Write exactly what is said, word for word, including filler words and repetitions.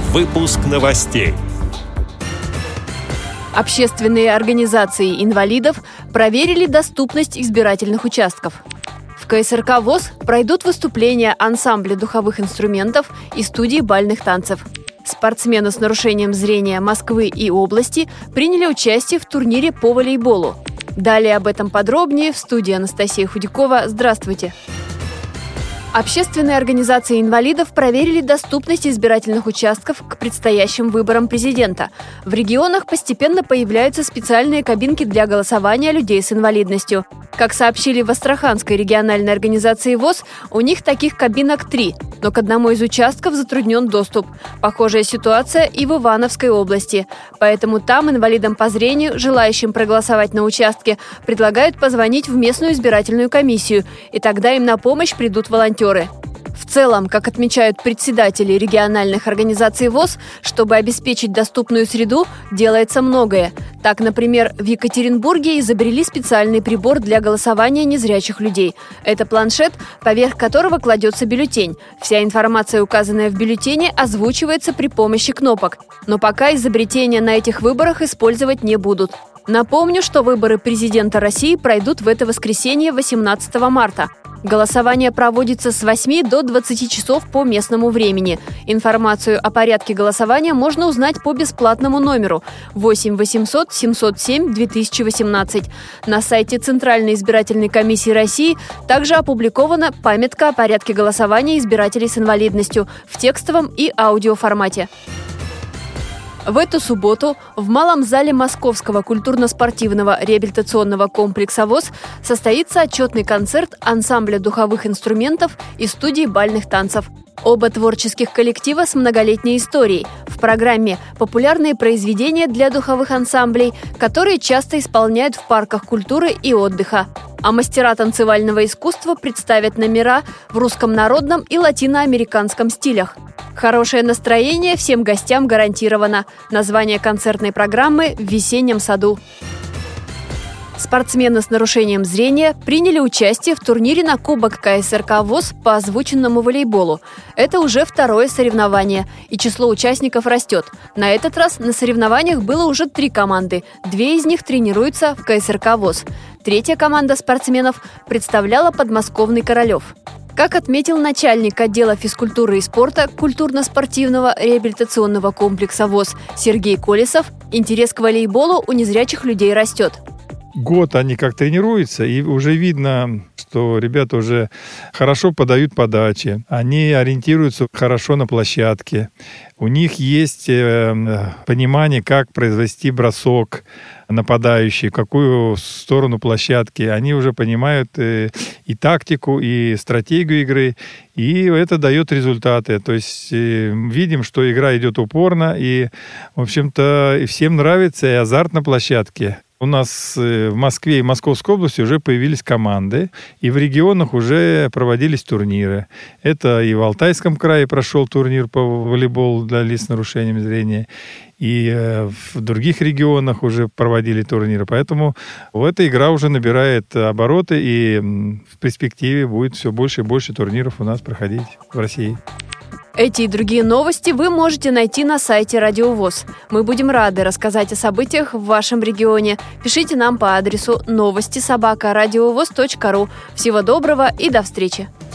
Выпуск новостей. Общественные организации инвалидов проверили доступность избирательных участков. В ка эс эр ка ВОС пройдут выступления ансамбля духовых инструментов и студии бальных танцев. Спортсмены с нарушением зрения Москвы и области приняли участие в турнире по волейболу. Далее об этом подробнее в студии Анастасия Худякова. Здравствуйте! Общественные организации инвалидов проверили доступность избирательных участков к предстоящим выборам президента. В регионах постепенно появляются специальные кабинки для голосования людей с инвалидностью. Как сообщили в Астраханской региональной организации ВОС, у них таких кабинок три, но к одному из участков затруднен доступ. Похожая ситуация и в Ивановской области. Поэтому там инвалидам по зрению, желающим проголосовать на участке, предлагают позвонить в местную избирательную комиссию, и тогда им на помощь придут волонтеры. В целом, как отмечают председатели региональных организаций ВОС, чтобы обеспечить доступную среду, делается многое. Так, например, в Екатеринбурге изобрели специальный прибор для голосования незрячих людей. Это планшет, поверх которого кладется бюллетень. Вся информация, указанная в бюллетене, озвучивается при помощи кнопок. Но пока изобретения на этих выборах использовать не будут. Напомню, что выборы президента России пройдут в это воскресенье, восемнадцатого марта. Голосование проводится с восьми до двадцати часов по местному времени. Информацию о порядке голосования можно узнать по бесплатному номеру восемь восемьсот семьсот семь две тысячи восемнадцать. На сайте Центральной избирательной комиссии России также опубликована памятка о порядке голосования избирателей с инвалидностью в текстовом и аудиоформате. В эту субботу в Малом зале Московского культурно-спортивного реабилитационного комплекса ВОС состоится отчетный концерт ансамбля духовых инструментов и студии бальных танцев. Оба творческих коллектива с многолетней историей. В программе популярные произведения для духовых ансамблей, которые часто исполняют в парках культуры и отдыха. А мастера танцевального искусства представят номера в русском народном и латиноамериканском стилях. Хорошее настроение всем гостям гарантировано. Название концертной программы «В весеннем саду». Спортсмены с нарушением зрения приняли участие в турнире на Кубок ка эс эр ка ВОС по озвученному волейболу. Это уже второе соревнование, и число участников растет. На этот раз на соревнованиях было уже три команды. Две из них тренируются в ка эс эр ка ВОС. Третья команда спортсменов представляла подмосковный Королев. Как отметил начальник отдела физкультуры и спорта культурно-спортивного реабилитационного комплекса ВОС Сергей Колесов, интерес к волейболу у незрячих людей растет. Год они как тренируются, и уже видно, что ребята уже хорошо подают подачи, они ориентируются хорошо на площадке, у них есть э, понимание, как произвести бросок нападающий, в какую сторону площадки. Они уже понимают э, и тактику, и стратегию игры, и это дает результаты. То есть э, видим, что игра идет упорно, и, в общем-то, всем нравится и азарт на площадке. У нас в Москве и Московской области уже появились команды, и в регионах уже проводились турниры. Это и в Алтайском крае прошел турнир по волейболу для лиц с нарушением зрения, и в других регионах уже проводили турниры. Поэтому эта игра уже набирает обороты, и в перспективе будет все больше и больше турниров у нас проходить в России. Эти и другие новости вы можете найти на сайте Радио ВОС. Мы будем рады рассказать о событиях в вашем регионе. Пишите нам по адресу новости собака радиовос точка ру. Всего доброго и до встречи!